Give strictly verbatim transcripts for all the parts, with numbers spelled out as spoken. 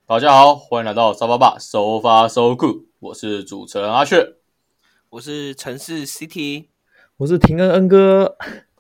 大家好，欢迎来到沙发吧收发收酷，我是主持人阿雀， 我是城市 C T， 我是廷恩恩哥。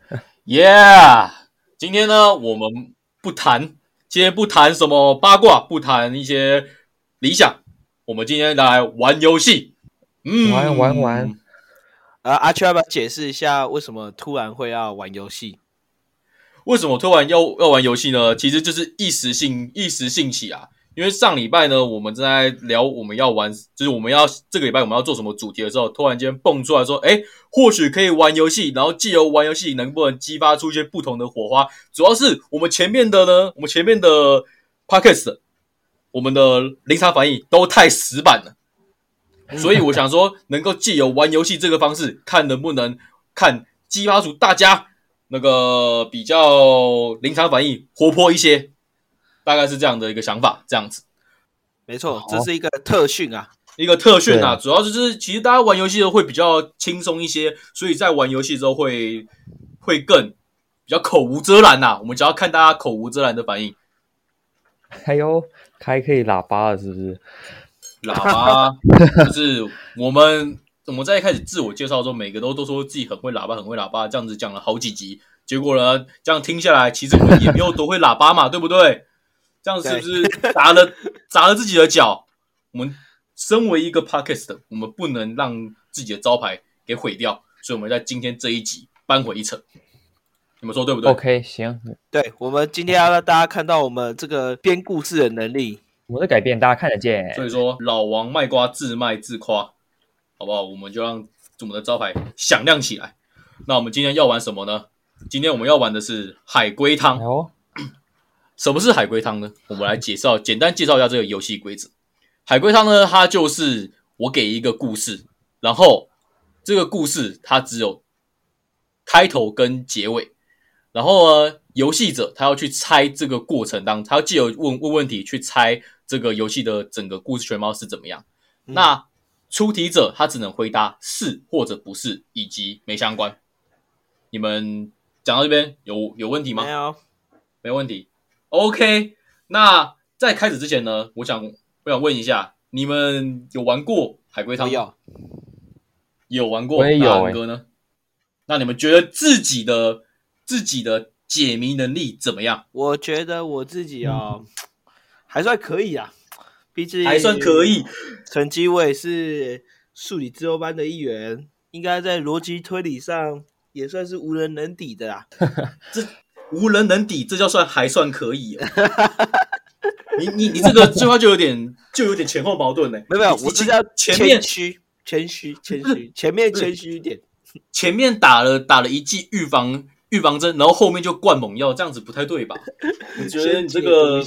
Yeah， 今天呢，我们不谈，今天不谈什么八卦，不谈一些理想，我们今天来玩游戏。 嗯，玩玩玩。 呃，阿雀要不要解释一下为什么突然会要玩游戏？ 为什么突然要要玩游戏呢？其实就是一时兴一时兴起啊。因为上礼拜呢，我们正在聊我们要玩，就是我们要这个礼拜我们要做什么主题的时候，突然间蹦出来说，诶，或许可以玩游戏，然后藉由玩游戏能不能激发出一些不同的火花。主要是我们前面的呢，我们前面的 podcast， 我们的临场反应都太死板了，所以我想说，能够藉由玩游戏这个方式，看能不能看激发出大家那个比较临场反应活泼一些。大概是这样的一个想法，这样子， 没错，这是一个特训啊， 一个特训啊，主要就是其实大家玩游戏的会比较轻松一些，所以在玩游戏之后会会更比较口无遮拦呐、啊。我们只要看大家口无遮拦的反应。 还有开可以喇叭了，是不是？ 喇叭就是我们我们在一开始自我介绍的时候，每个都都说自己很会喇叭，很会喇叭，这样子讲了好几集，结果呢，这样听下来，其实我们也没有多会喇叭嘛，对不对？这样是不是砸了砸了自己的脚？我们身为一个 podcast， 我们不能让自己的招牌给毁掉，所以我们在今天这一集扳回一城。你们说对不对 ？OK， 行。 对，我们今天要让大家看到我们这个编故事的能力， 我们的改变大家看得见。 所以说，老王卖瓜自卖自夸，好不好？我们就让我们的招牌响亮起来。那我们今天要玩什么呢？今天我们要玩的是海龟汤。 哦什么是海龟汤呢？我们来介绍，简单介绍一下这个游戏规则。海龟汤呢，它就是我给一个故事，然后这个故事它只有开头跟结尾，然后呢，游戏者他要去猜这个过程当中，他要藉由问问问题去猜这个游戏的整个故事全貌是怎么样。嗯、那出题者他只能回答是或者不是，以及没相关。你们讲到这边有有问题吗？ 没有， 没问题。OK， 那在开始之前呢，我想我想问一下，你们有玩过海龟汤吗？ 有， 有玩过。 我也有、 欸。哥呢？那你们觉得自己的自己的解谜能力怎么样？ 我觉得我自己哦，嗯、还算可以啊，毕竟还算可以。 成绩我也是数理自由班的一员，应该在逻辑推理上也算是无人能敌的啦。 这无人能敌，这叫算还算可以、哦。你你你这个句话就有点就有点前后矛盾呢、欸。 没有没有，我是要前面虚谦虚谦虚，前面谦虚一点。 前面打了打了一剂预防预防针，然后后面就灌猛药，这样子不太对吧？我觉得你这个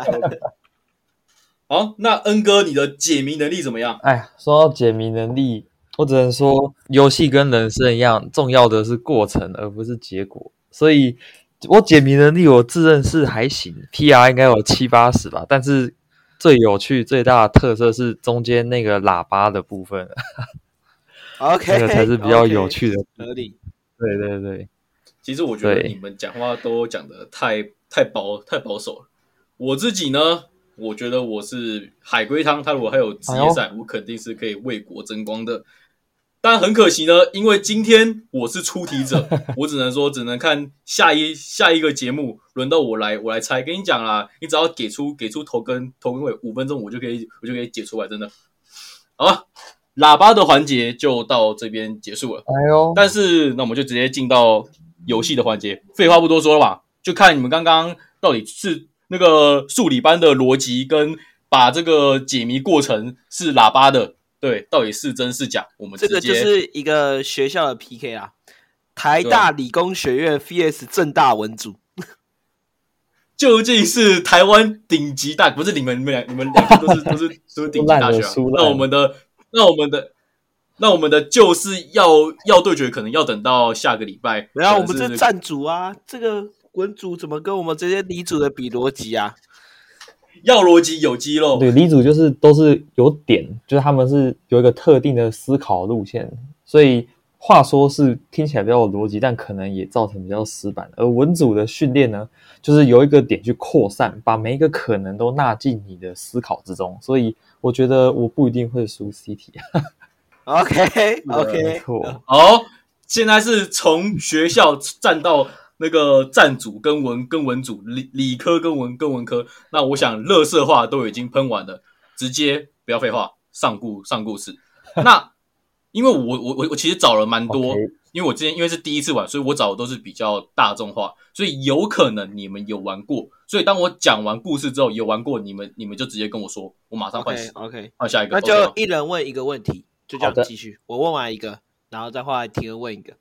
好，那恩哥你的解谜能力怎么样？ 哎，说到解谜能力，我只能说游戏跟人生一样，重要的是过程而不是结果，所以。我解谜能力我自认是还行 ，P R 应该有七八十吧，但是最有趣、最大的特色是中间那个喇叭的部分。 OK， 那个才是比较有趣的。 合理。 对对对。 其实我觉得你们讲话都讲得太太保太保守了。我自己呢，我觉得我是海龟汤，他如果还有职业赛，哎、我肯定是可以为国争光的。但很可惜呢，因为今天我是出题者，我只能说只能看下一下一个节目，轮到我来我来猜。跟你讲啦，你只要给出给出头跟头跟尾五分钟，我就可以我就可以解出来，真的。好吧，喇叭的环节就到这边结束了。 哎呦， 但是那我们就直接进到游戏的环节。废话不多说了吧，就看你们刚刚到底是那个数理班的逻辑跟把这个解谜过程是喇叭的。对，到底是真是假？我们直接这个就是一个学校的 P K 啦，台大理工学院 V S 政大文组， 究竟是台湾顶级大，不是你们你们两你们两个都是都是都是顶级大学、啊。那我们的那我们的那我们的就是要要对决，可能要等到下个礼拜。 然后我们这战组啊，这个文组怎么跟我们这些理组的比逻辑啊？ 要逻辑有肌肉， 对，理组就是都是有点，就是他们是有一个特定的思考路线，所以话说是听起来比较有逻辑，但可能也造成比较死板。而文组的训练呢，就是由一个点去扩散，把每一个可能都纳进你的思考之中。所以我觉得我不一定会输 C 题。 OK 没 OK， 错。 好，现在是从学校站到那个站组跟文跟文组，理理科跟文跟文科。那我想垃圾话都已经喷完了，直接不要废话，上故上故事。那因为我我我我其实找了蛮多。 Okay. 因为我之前因为是第一次玩，所以我找的都是比较大众化，所以有可能你们有玩过，所以当我讲完故事之后有玩过，你们你们就直接跟我说，我马上换 OK OK， 换下一个， 那就 OK 一人问一个问题，就这样继续。我问完一个，然后再换来提恩问一个。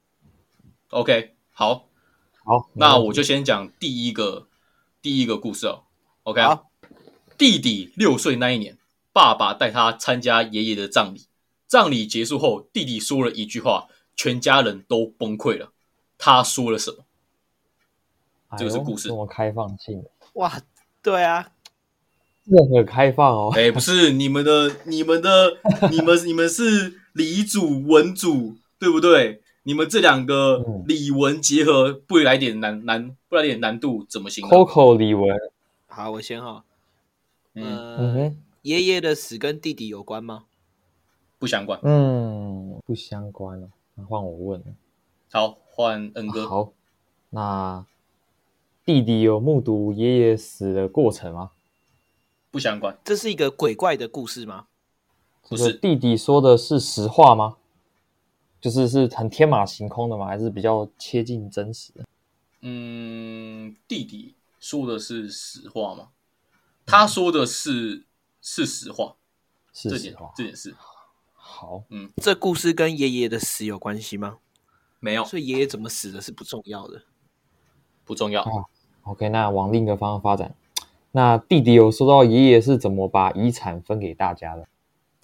OK， 好， 好， 那我就先讲第一个第一个故事哦。OK， 好， 弟弟六岁那一年，爸爸带他参加爷爷的葬礼，葬礼结束后，弟弟说了一句话。全家人都崩溃了。他说了什么？这个是故事。 这么开放性的。 哇，对啊， 任何开放哦。 哎，不是你们的，你们的，你们你们是理组文组，对不对？你们这两个理文结合，不来点难难，不来点难度，怎么行 ？Coco 理文。 好，我先哈。 嗯呃、 哼， 爷爷的死跟弟弟有关吗？ 不相关。 嗯，不相关了。那换我问了。 好，换恩哥。 好，那弟弟有目睹爷爷死的过程吗？ 不相关。 这是一个鬼怪的故事吗？ 不是。 弟弟说的是实话吗？就是是很天马行空的吗？还是比较贴近真实的？ 嗯，弟弟说的是实话吗？他说的是是实话， 是实话， 这件事。 好， 嗯， 这故事跟爷爷的死有关系吗？ 没有， 所以爷爷怎么死的是不重要的， 不重要。 啊 OK， 那往另一个方向发展。那弟弟有说到爷爷是怎么把遗产分给大家的？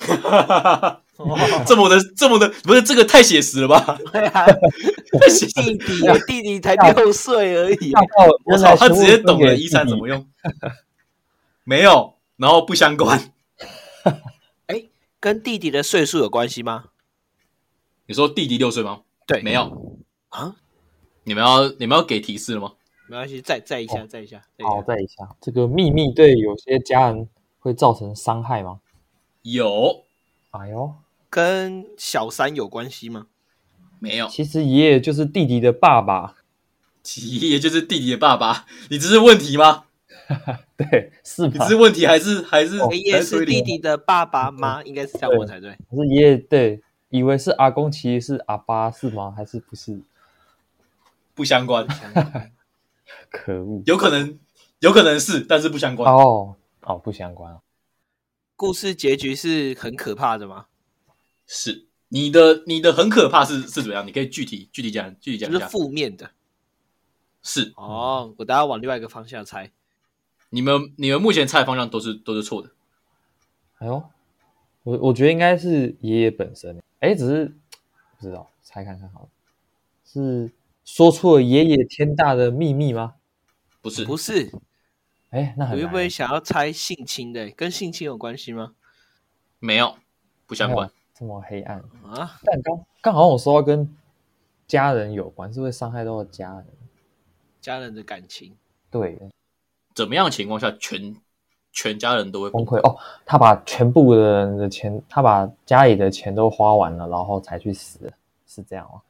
这么的，这么的，不是这个太写实了吧？ 对啊，弟弟，弟弟才六岁而已， 我操，他直接懂了遗产怎么用。没有，然后不相关。 哎，跟弟弟的岁数有关系吗？ 你说弟弟六岁吗？ 对， 没有啊。 你们要你们要给提示了吗？ 没关系，再再一下，哦、再一下， 好，再一下。这个秘密对有些家人会造成伤害吗？ 有。 哎呦， 跟小三有关系吗？ 没有。 其实爷爷就是弟弟的爸爸。 爷爷就是弟弟的爸爸，你这是问题吗？ 对，是吧？ 你这是问题还是还是？ 爷爷是弟弟的爸爸吗？应该是这样问才对。 可是爷爷对，以为是阿公，其实是阿爸，是吗？还是不是？ 不相关。 可恶， 有可能，有可能是，但是不相关。 哦哦，不相关。 故事结局是很可怕的吗？ 是。你的你的很可怕是是怎么样？你可以具体具体讲具体讲一下。 就是负面的。 是。 哦，我等下往另外一个方向猜。 你们你们目前猜的方向都是都是错的。 哎呦，我我觉得应该是爷爷本身。哎，只是不知道，猜看看好了。是说出了爷爷天大的秘密吗？ 不是， 不是。 哎，那很难。 我会不会想要猜性侵的？跟性侵有关系吗？ 没有，不相关。 这么黑暗啊！ 但刚刚好像我说到跟家人有关，是会伤害到家人， 家人的感情。 对。 怎么样的情况下全全家人都会崩溃？哦，他把全部的人的钱，他把家里的钱都花完了，然后才去死，是这样吗？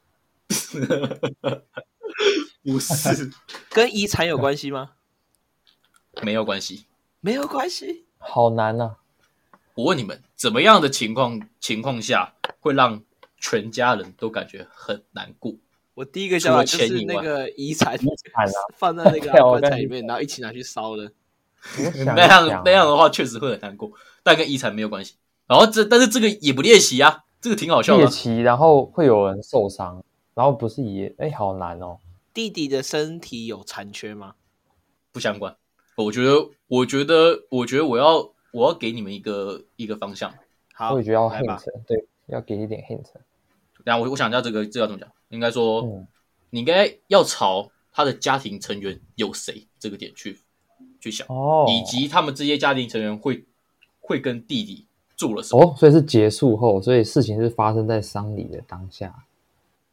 不是。 跟遗产有关系吗？ 没有关系。 没有关系。 好难啊！ 我问你们，怎么样的情况情况下会让全家人都感觉很难过？ 我第一个想法就是那个遗产， 遗产啊， 放在那个棺材里面，然后一起拿去烧了。 那样那样的话，确实会很难过，但跟遗产没有关系。然后这但是这个也不猎奇啊，这个挺好笑的。 猎奇，然后会有人受伤，然后不是爷，哎，好难哦。 弟弟的身体有残缺吗？ 不相关。我觉得，我觉得，我觉得我要我要给你们一个一个方向。 好， 我也觉得要 hint， 对，要给一点 hint。 然后我我想一下这个这要怎么讲？应该说， 嗯、 你应该要朝他的家庭成员有谁这个点去去想， 哦， 以及他们这些家庭成员会会跟弟弟做了什么。 哦，所以是结束后，所以事情是发生在丧礼的当下。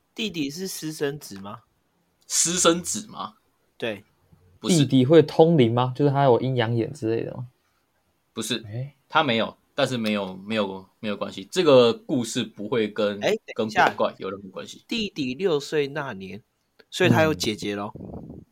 弟弟是私生子吗？ 私生子吗？ 对， 不是弟弟会通灵吗？就是他有阴阳眼之类的吗？ 不是， 哎， 他没有，但是没有没有没有关系，这个故事不会跟哎，等跟一下鬼怪有任何关系。 弟弟六岁那年，所以他有嗯姐姐咯。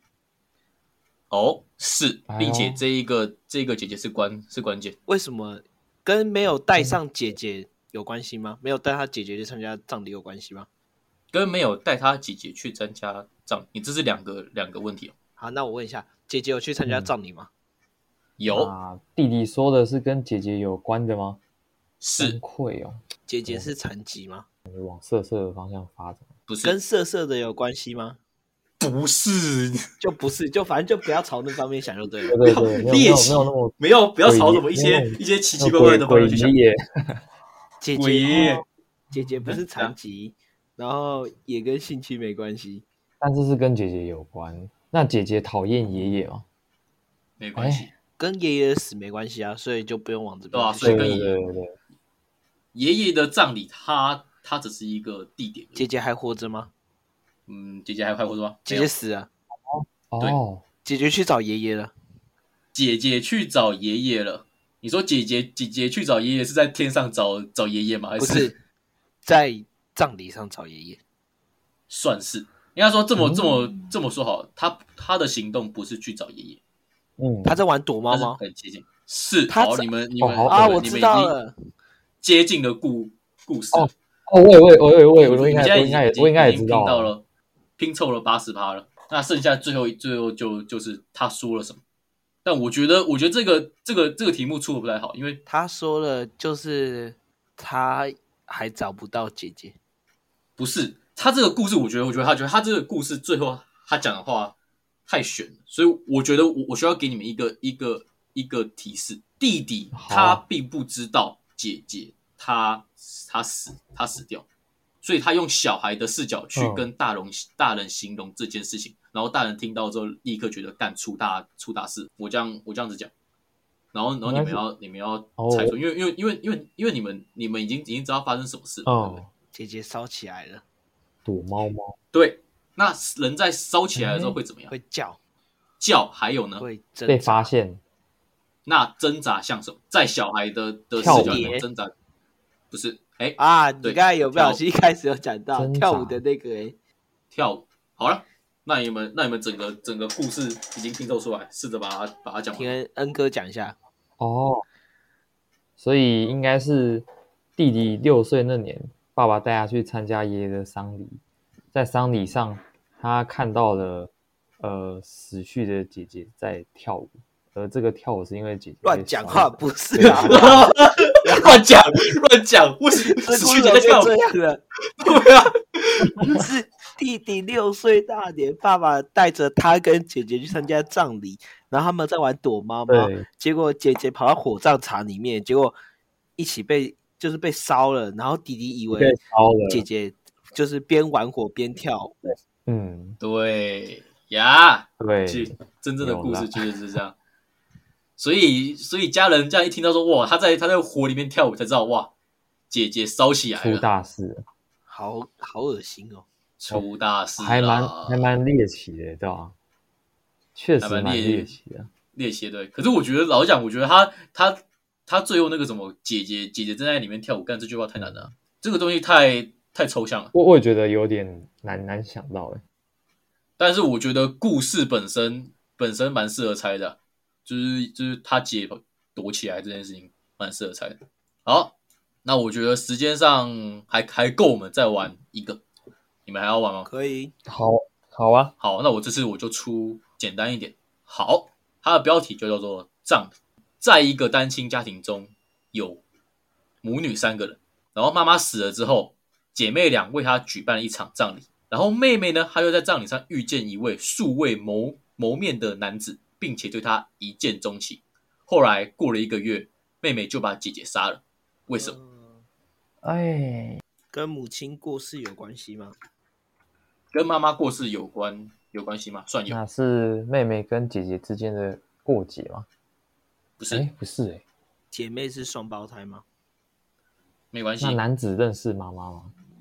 哦，是， 哎呦并且这一个这一个姐姐是关是关键， 为什么跟没有带上姐姐有关系吗？没有带他姐姐去参加葬礼有关系吗？ 跟没有带他姐姐去参加葬，你这是两个两个问题哦。 好，那我问一下，姐姐有去参加嗯葬礼吗？ 有那弟弟说的是跟姐姐有关的吗？崩是溃哦， 姐姐是残疾吗？ 往色色的方向发展。 不是跟色色的有关系吗？ 不是？ 就不是，就反正就不要朝那方面想就对了。 对对对，没有没有猎奇没有那么没有不要朝什么诡异一些没有一些奇那么奇怪怪的方鬼向去想鬼。爷爷。 姐姐鬼爷爷哦姐姐不是残疾，然后也跟性侵没关系。 但是是跟姐姐有关。那姐姐讨厌爷爷吗？ 没关系， 跟爷爷的死没关系啊，所以就不用往这对吧？ 边去想。 所以跟爷对对对对， 爷爷的葬礼，他他只是一个地点而已。 姐姐还活着吗？ 嗯，姐姐还快活着吗？ 姐没有姐死了， 哦， 姐姐去找爷爷了。 姐姐去找爷爷了。你说姐姐姐姐去找爷爷是在天上找找爷爷吗？还不是在葬礼上找爷爷。 算是？应该说这么嗯这么这么说好了，他他的行动不是去找爷爷， 嗯， 他在玩躲猫但是猫很接近。是，好， 他在你们你们哦好啊， 你们我知你们已经道了。 接近了故故事了。 哦哦，我也我也我也我也你们我应该现在已经已我应该也我应该也经已经知道了。 拼到了，拼凑了八十趴了。那剩下最后最后就就是他说了什么？但我觉得我觉得这个这个这个题目出的不太好，因为他说了，就是他还找不到姐姐。 不是他这个故事，我觉得我觉得他觉得他这个故事最后他讲的话太悬了，所以我觉得我我需要给你们一个一个一个提示：弟弟好啊他并不知道姐姐他他死他死掉，所以他用小孩的视角去嗯跟大人、大人形容这件事情，然后大人听到之后立刻觉得干出大出大事。我这样我这样子讲，然后然后你们要你们要哦猜出，因为因为因为因为因为你们你们已经已经知道发生什么事了，对不对？ 哦， 姐姐烧起来了， 躲猫猫。 对，那人在烧起来的时候会怎么样？ 会叫， 叫，还有呢？ 会挣扎被发现， 那挣扎像什么？在小孩的的视跳舞角里面挣扎，不是？哎， 啊！你对刚才有不小心一开始有讲到挣扎跳舞的那个诶， 跳舞。好了，那你们那你们整个整个故事已经拼凑出来，试着把它把它讲完。 听恩恩哥讲一下。 哦，所以应该是弟弟六岁那年，爸爸带他去参加爷爷的丧礼，在丧礼上，他看到了呃死去的姐姐在跳舞，而这个跳舞是因为姐姐乱讲话不是啊， 乱讲乱讲，为什么这死故事怎么去姐姐跳舞变这？样了？ 对啊， 是弟弟六岁大年，爸爸带着他跟姐姐去参加葬礼，然后他们在玩躲猫猫， 对结果姐姐跑到火葬场里面，结果一起被就是被烧了，然后弟弟以为被烧了， 姐姐就是边玩火边跳舞， 嗯， 对呀， 对， 其实真正的故有啦事确实是这样。所以，所以家人这样一听到说，哇，他在他在火里面跳舞，才知道哇，姐姐烧起来出了， 大事了， 好好恶心哦。 出大事了， 还蛮还蛮猎奇的，对吧？确实蛮还蛮猎猎奇的。 猎奇对。可是我觉得老实讲，我觉得他他他最后那个什么姐姐姐姐正在里面跳舞，干这句话太难了，这个东西太太抽象了。 我我也觉得有点难难想到哎。 但是我觉得故事本身本身蛮适合猜的，就是就是他姐躲起来这件事情蛮适合猜的。好，那我觉得时间上还还够，我们再玩一个。你们还要玩吗？ 可以， 好，好啊， 好，那我这次我就出简单一点。好，它的标题就叫做“葬”。在一个单亲家庭中，有母女三个人，然后妈妈死了之后，姐妹俩为她举办了一场葬礼。然后妹妹呢，她又在葬礼上遇见一位素未谋谋面的男子，并且对她一见钟情。后来过了一个月，妹妹就把姐姐杀了。为什么？ 哎， 跟母亲过世有关系吗？ 跟妈妈过世有关有关系吗？算有， 那是妹妹跟姐姐之间的过节吗？ 不是， 哎，不是哎， 姐妹是双胞胎吗？ 没关系那。男子认识妈妈吗？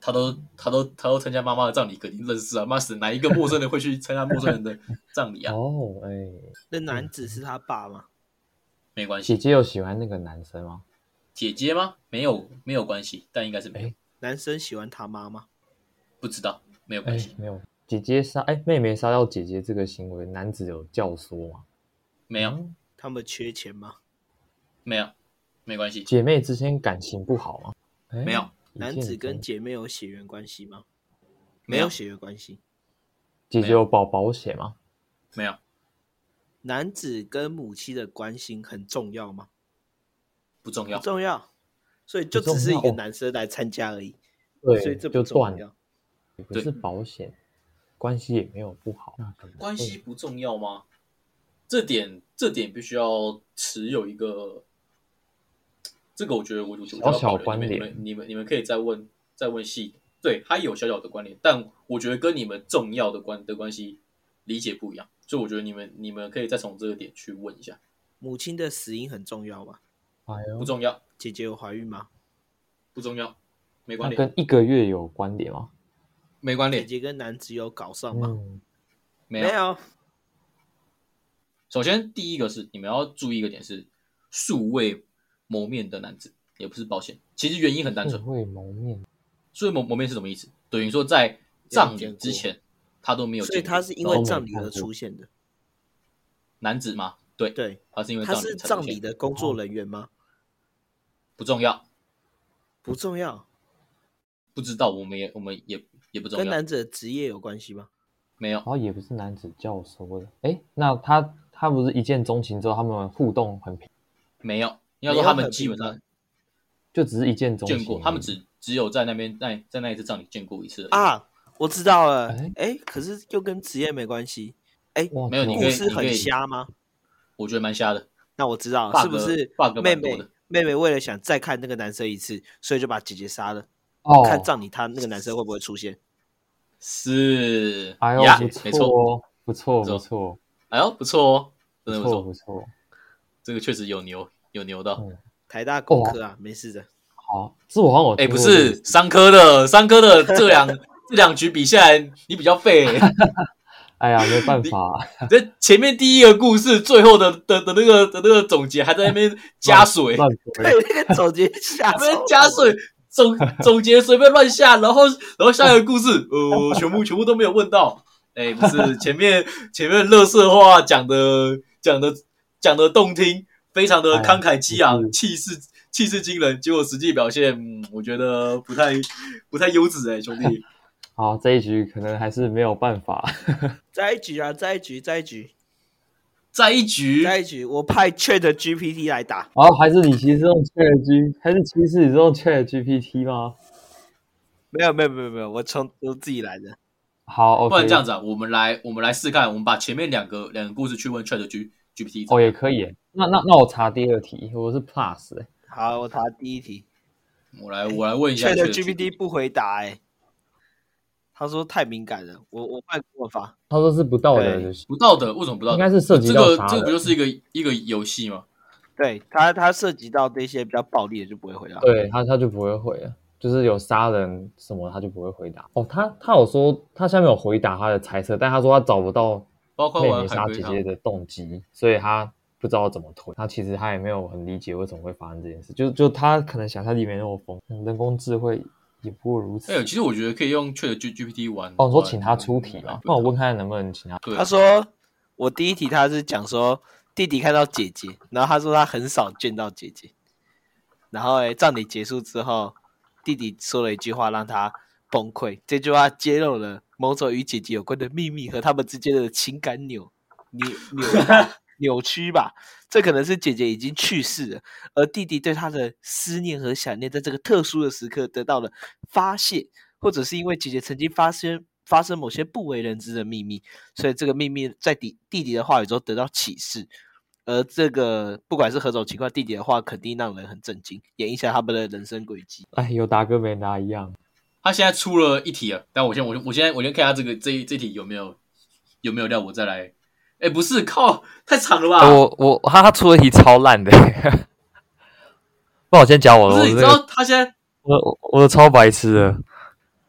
他都他都他都参加妈妈的葬礼，肯定认识啊！妈死，哪一个陌生人会去参加陌生人的葬礼啊？ 哦，哎， 那男子是他爸吗？ 没关系。 姐姐有喜欢那个男生吗？ 姐姐吗？没有，没有关系，但应该是没有。 男生喜欢他妈吗？ 不知道，没有关系。 没有。姐姐杀哎，妹妹杀掉姐姐这个行为，男子有教唆吗？ 没有。 嗯、 他们缺钱吗？ 没有，没关系。 姐妹之间感情不好吗？ 没有。 男子跟姐妹有血缘关系吗？ 没有血缘关系。 姐姐有保保险吗？ 没有。 男子跟母亲的关系很重要吗？ 不重要。 不重要，所以就只是一个男生来参加而已。 对， 所以这不重要。 也不是保险，关系也没有不好。 关系不重要吗？这点这点必须要持有一个。这个我觉得我就小小关联， 你们你们你们可以再问再问细，对，它有小小的关联，但我觉得跟你们重要的关的关系理解不一样，所以我觉得你们你们可以再从这个点去问一下。 母亲的死因很重要吗？ 哎呦， 不重要。 姐姐有怀孕吗？ 不重要，没关联。 跟一个月有关联吗？ 没关联。 姐姐跟男子有搞上吗？ 嗯、 没有。 没有。 首先第一个是你们要注意一个点是素未谋面的男子，也不是保险。其实原因很单纯。 素未谋面， 素未谋谋面是什么意思？等于说在葬礼之前他都没有见过， 所以他是因为葬礼而出现的。 男子吗？对对， 他是因为他是葬礼的工作人员吗？ 不重要， 不重要。 不知道，我们也我们也也不重要。 跟男子的职业有关系吗？ 没有。 然后也不是男子教唆的。哎，那他他不是一见钟情之后，他们互动很频？ 没有，应该说他们基本上就只是一见钟情见过，他们只只有在那边在在那一次葬礼见过一次而已啊。我知道了，哎，可是又跟职业没关系。哎， 没有，你故事很瞎吗？ 我觉得蛮瞎的。 那我知道了，是不是妹妹妹妹为了想再看那个男生一次，所以就把姐姐杀了？ 哦， 看葬礼他那个男生会不会出现？ 是， 哎呦， 呀不错， 没错， 不错，不错， 哎呦，不错哦，真的不错， 不错， 这个确实有牛，有牛到。 嗯、 台大工科啊，没事的。 好，这我好像我哎，不是商科的，商科的这两这两局比下来，你比较废、欸。 哎呀，没办法、 啊，这前面第一个故事，最后的的的那个的那个总结还在那边加水， 对，那个总结下那边加水，总总结随便乱下，然后然后下一个故事，呃，全部全部都没有问到。哎，不是前面前面垃圾话讲的讲的讲的动听，非常的慷慨激昂，气势气势惊人，结果实际表现，嗯，我觉得不太不太优质哎、欸，兄弟。 好，这一局可能还是没有办法。 再一局啊，再一局，再一局， 再一局， 再一局，我派 Chat G P T 来打。 哦，还是你其实用 Chat G， 还是其实你是用 Chat G P T 吗？ 没有，没有，没有，没有，我从我自己来的。 好， okay， 不然这样子啊，我们来我们来试看，我们把前面两个两个故事去问 Chat G GPT。 哦，也可以。那那那我查第二题，我是 Plus 哎。 好，我查第一题。 我来我来问一下 Chat G P T 不回答哎。他说太敏感了，我我换办法。 他说是不道德的， 不道德，为什么不道德？ 应该是涉及到这个，这个不就是一个一个游戏吗？ 对他，他涉及到这些比较暴力的就不会回答。 对他，他就不会回了，就是有杀人什么，他就不会回答。哦，他他有说他下面有回答他的猜测，但他说他找不到妹妹杀姐姐的动机，所以他不知道怎么推。他其实他也没有很理解为什么会发生这件事，就就他可能想象力没那么丰，人工智慧。也不过如此。 哎、欸，其实我觉得可以用 Chat G P T 玩。 哦，你说请他出题嘛？那我问看能不能请他。 他说我第一题他是讲说弟弟看到姐姐，然后他说他很少见到姐姐，然后哎葬礼结束之后，弟弟说了一句话让他崩溃，这句话揭露了某种与姐姐有关的秘密和他们之间的情感扭扭扭扭曲吧。这可能是姐姐已经去世了，而弟弟对她的思念和想念在这个特殊的时刻得到了发泄，或者是因为姐姐曾经发生发生某些不为人知的秘密，所以这个秘密在弟弟弟的话语中得到启示。而这个不管是何种情况，弟弟的话肯定让人很震惊，也影响他们的人生轨迹。 哎，有答跟没答一样。 他现在出了一题了，但我先我我现在我先看一下这个这一这题有没有有没有料，我再来。哎，不是，靠，太长了吧！ 我我他他出的题超烂的，不然我先讲我的。 不是，你知道他现在我我的超白痴的。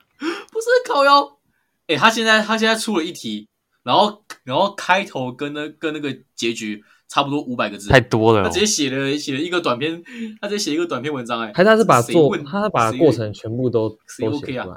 不是靠腰。哎，他现在他现在出了一题，然后然后开头跟那跟那个结局差不多五百个字， 太多了、哦。 他直接写了写了一个短篇，他直接写一个短篇文章、欸，哎， 还是他是把做他是把过程全部都谁都 OK 啊？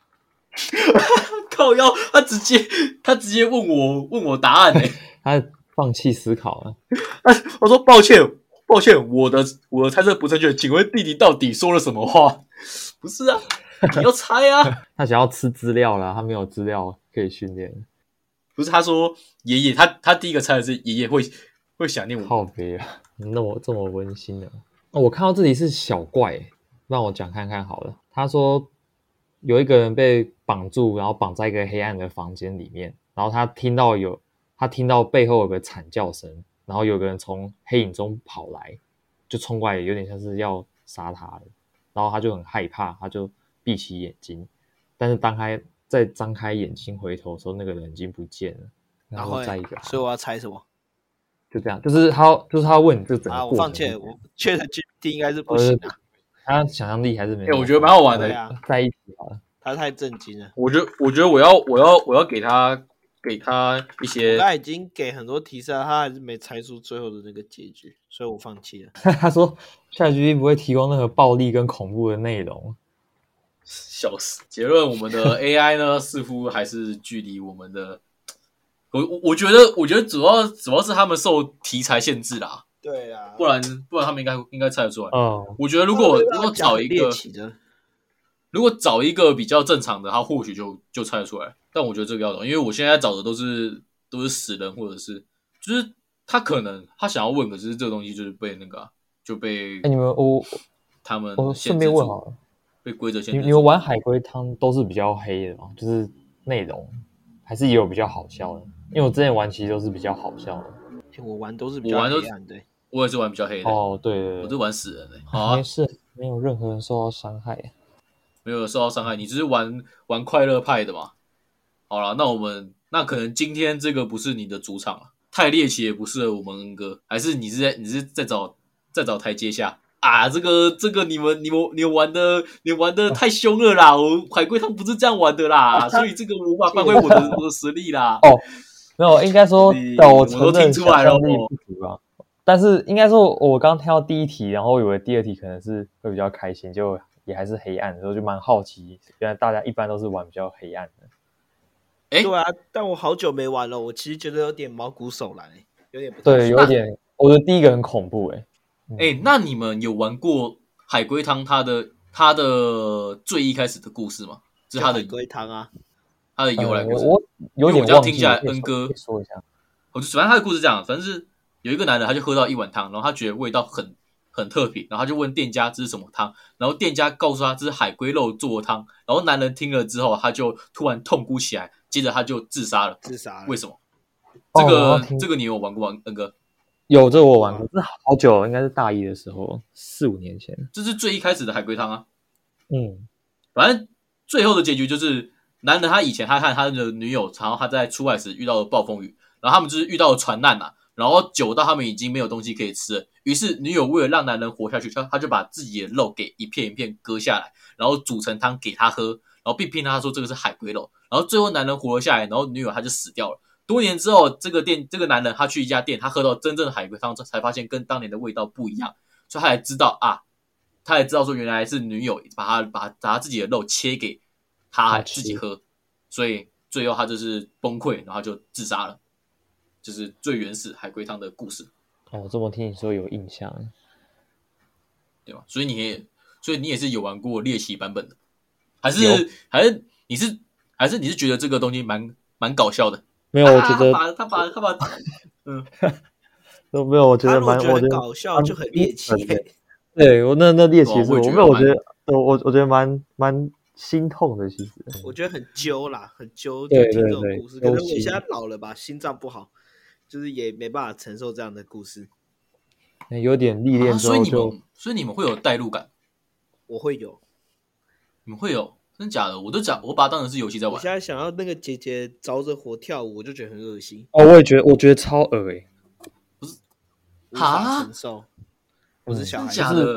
靠腰，他直接他直接问我问我答案呢、欸， 他放弃思考了。 我说抱歉抱歉，我的我的猜测不正确，请问弟弟到底说了什么话？不是啊，你要猜啊。 他想要吃资料啦，他没有资料可以训练。 不是，他说爷爷，他他第一个猜的是爷爷会会想念我。 靠北啊，那么这么温馨的、哦。我看到这里是小怪，让我讲看看好了。他说有一个人被绑住，然后绑在一个黑暗的房间里面，然后他听到有他听到背后有个惨叫声，然后有个人从黑影中跑来，就冲过来，有点像是要杀他了。然后他就很害怕，他就闭起眼睛，但是当他再张开眼睛回头的时候，那个人已经不见了。然后再一个， 所以我要猜什么？ 就这样，就是他，就是他问这整个过程。 啊，我放弃了，我确实 G P T 应该是不行啊。 他想象力还是没有。 哎、欸，我觉得蛮好玩的。 对啊， 在一起好了。 他太震惊了。 我觉得，我觉得我要，我要，我要给他，给他一些。 他已经给很多提示了，他还是没猜出最后的那个结局，所以我放弃了。 他说 ，ChatGPT 不会提供任何暴力跟恐怖的内容。 笑死！结论，我们的 A I 呢，似乎还是距离我们的。我我觉得，我觉得主要主要是他们受题材限制啦。 对啊， 不然不然他们应该应该猜得出来。 哦， 我觉得如果如果找一个， 的如果找一个比较正常的，他或许就就猜得出来。但我觉得这个要懂，因为我现在找的都是都是死人，或者是就是他可能他想要问，可是这个东西就是被那个、啊、就被哎、欸，你们我他们我顺便问好了， 被规则限制。 你你们玩海龟汤都是比较黑的吗？就是内容还是也有比较好笑的？因为我之前玩其实都是比较好笑的。 我玩都是比较黑暗的。 我也是玩比较黑的。 哦，对对对， 我是玩死人的、欸。好、啊， 没事，没有任何人受到伤害， 没有受到伤害，你只是玩玩快乐派的嘛。好了，那我们那可能今天这个不是你的主场了，太猎奇也不适合我们恩哥，还是你是在你是在找在找台阶下啊？这个这个你们你们你们玩的你玩的太凶了啦！我海龟汤不是这样玩的啦，所以这个无法发挥我的我的实力啦。 哦，没有，应该说，我承认想象力不足啊。但是应该说，我刚听到第一题，然后以为第二题可能是会比较开心，就也还是黑暗的时候，就蛮好奇，原来大家一般都是玩比较黑暗的。 哎，对啊，但我好久没玩了，我其实觉得有点毛骨悚然，有点不对，有点。我觉得第一个很恐怖，哎、 嗯，哎，那你们有玩过海龟汤它的它的最一开始的故事吗？是它的海龟汤啊， 它的由来故事。 呃、我有点忘记， 我这样听下来，恩哥说一下。 我就反正他的故事这样，反正是有一个男人，他就喝到一碗汤，然后他觉得味道很很特别，然后他就问店家这是什么汤，然后店家告诉他这是海龟肉做的汤，然后男人听了之后，他就突然痛哭起来，接着他就自杀了。 自杀了？ 为什么？这个、 哦、 这个你有玩过吗，恩哥？ 有，这个我玩过，这好久了，应该是大一的时候，四五年前。 这是最一开始的海龟汤啊。 嗯， 反正最后的结局就是，男人他以前他和他的女友，然后他在出海时遇到了暴风雨，然后他们就是遇到了船难啊，然后久到他们已经没有东西可以吃了，于是女友为了让男人活下去，他他就把自己的肉给一片一片割下来，然后煮成汤给他喝，然后并骗他说这个是海龟肉，然后最后男人活了下来，然后女友他就死掉了。多年之后，这个店这个男人他去一家店，他喝到真正的海龟汤，才发现跟当年的味道不一样，所以他才知道啊，他才知道说原来是女友把他把把他自己的肉切给他自己喝，所以最后他就是崩溃，然后就自杀了。就是最原始海龟汤的故事。 哦，这么听你说有印象， 对吧？所以你也所以你也是有玩过猎奇版本的，还是还是你是还是你是觉得这个东西蛮蛮搞笑的？ 没有，我觉得他把他把他把嗯， 都没有，我觉得蛮， 我觉得搞笑就很猎奇。 对我那那猎奇是， 我没有，我觉得我我我觉得蛮蛮心痛的，其实。 我觉得很揪啦，很揪， 对就听这种故事。 对对可能我现在老了吧，心脏不好，就是也没办法承受这样的故事。 有点历练之后就、 啊，所以你们所以你们会有代入感？ 我会有， 你们会有？真假的？我都讲，我把它当成是游戏在玩。 我现在想要那个姐姐着着火跳舞，我就觉得很恶心。 哦，我也觉得，我觉得超恶欸。 不是， 无法承受。我是小孩， 假的。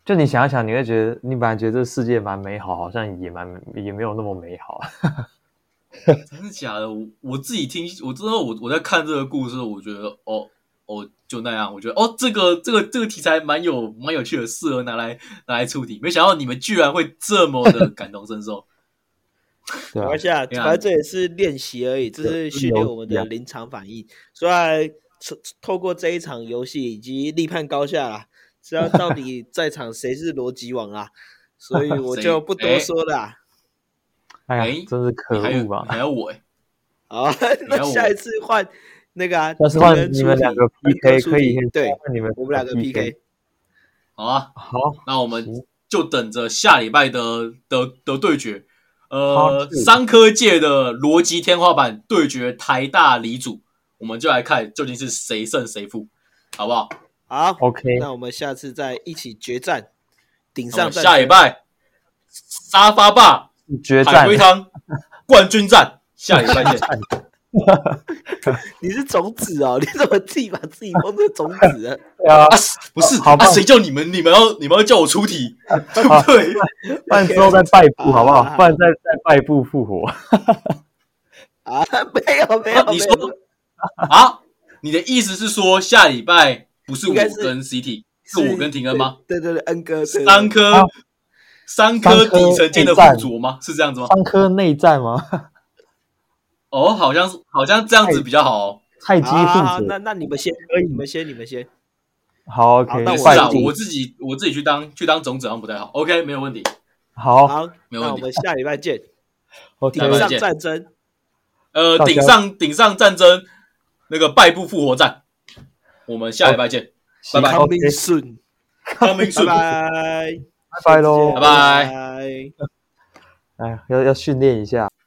就你想一想，你会觉得你本来觉得这个世界蛮美好，好像也蛮也没有那么美好。 真的假的？我我自己听，我知道我我在看这个故事，我觉得哦哦就那样，我觉得哦这个这个这个题材蛮有蛮有趣的，适合拿来拿来出题。没想到你们居然会这么的感同身受。 对啊没关，系啊，反正这也是练习而已，这是训练我们的临场反应。虽然透过这一场游戏以及立判高下啦，知道到底在场谁是逻辑王啦，所以我就不多说了啦。 哎呀， 哎真是可你还有恶啊！ 你还有我哎、 好，那下一次换那个啊， 要是换你们两个 P K 可以， 对， 换你们我们两个 P K。 好啊， 好， 那我们就等着下礼拜的的的对决。呃， 好商科界的逻辑天花板对决台大理组，我们就来看究竟是谁胜谁负，好不好？ 好 OK 那我们下次再一起决战，顶那我们上战下礼拜沙发霸海决战龟汤冠军战，下礼拜见。 你是种子哦，你怎么自己把自己封成种子了？ 对啊， 啊，不是， 好吧啊，谁叫你们？你们要你们要叫我出题，对不对？ 不然之后再败部好不好？ 好不然再再败部复活。 啊，没有没有， 啊你没有说啊？你的意思是说下礼拜不是我应该是跟 C T，是我跟廷恩吗？ 对对对，恩哥，对对三颗啊三颗底层间的附着吗？是这样子吗？ 三颗内战吗？ 哦，好像是好像这样子比较好哦。 菜鸡好好好， 附着。 那那你们先，你们先，你们先。 好好 ，OK， 那我是啊， 败部我自己我自己去当去当种子好像不太好。OK，没有问题。 好好， 没有问题那我们下礼拜见。 ，OK， 顶上下礼拜见战争， 呃， 大家顶上顶上战争那个败部复活战，我们下礼拜见，拜拜 coming soon， ，coming 拜 soon， 拜， 拜拜喽拜拜拜。 哎，要要训练一下。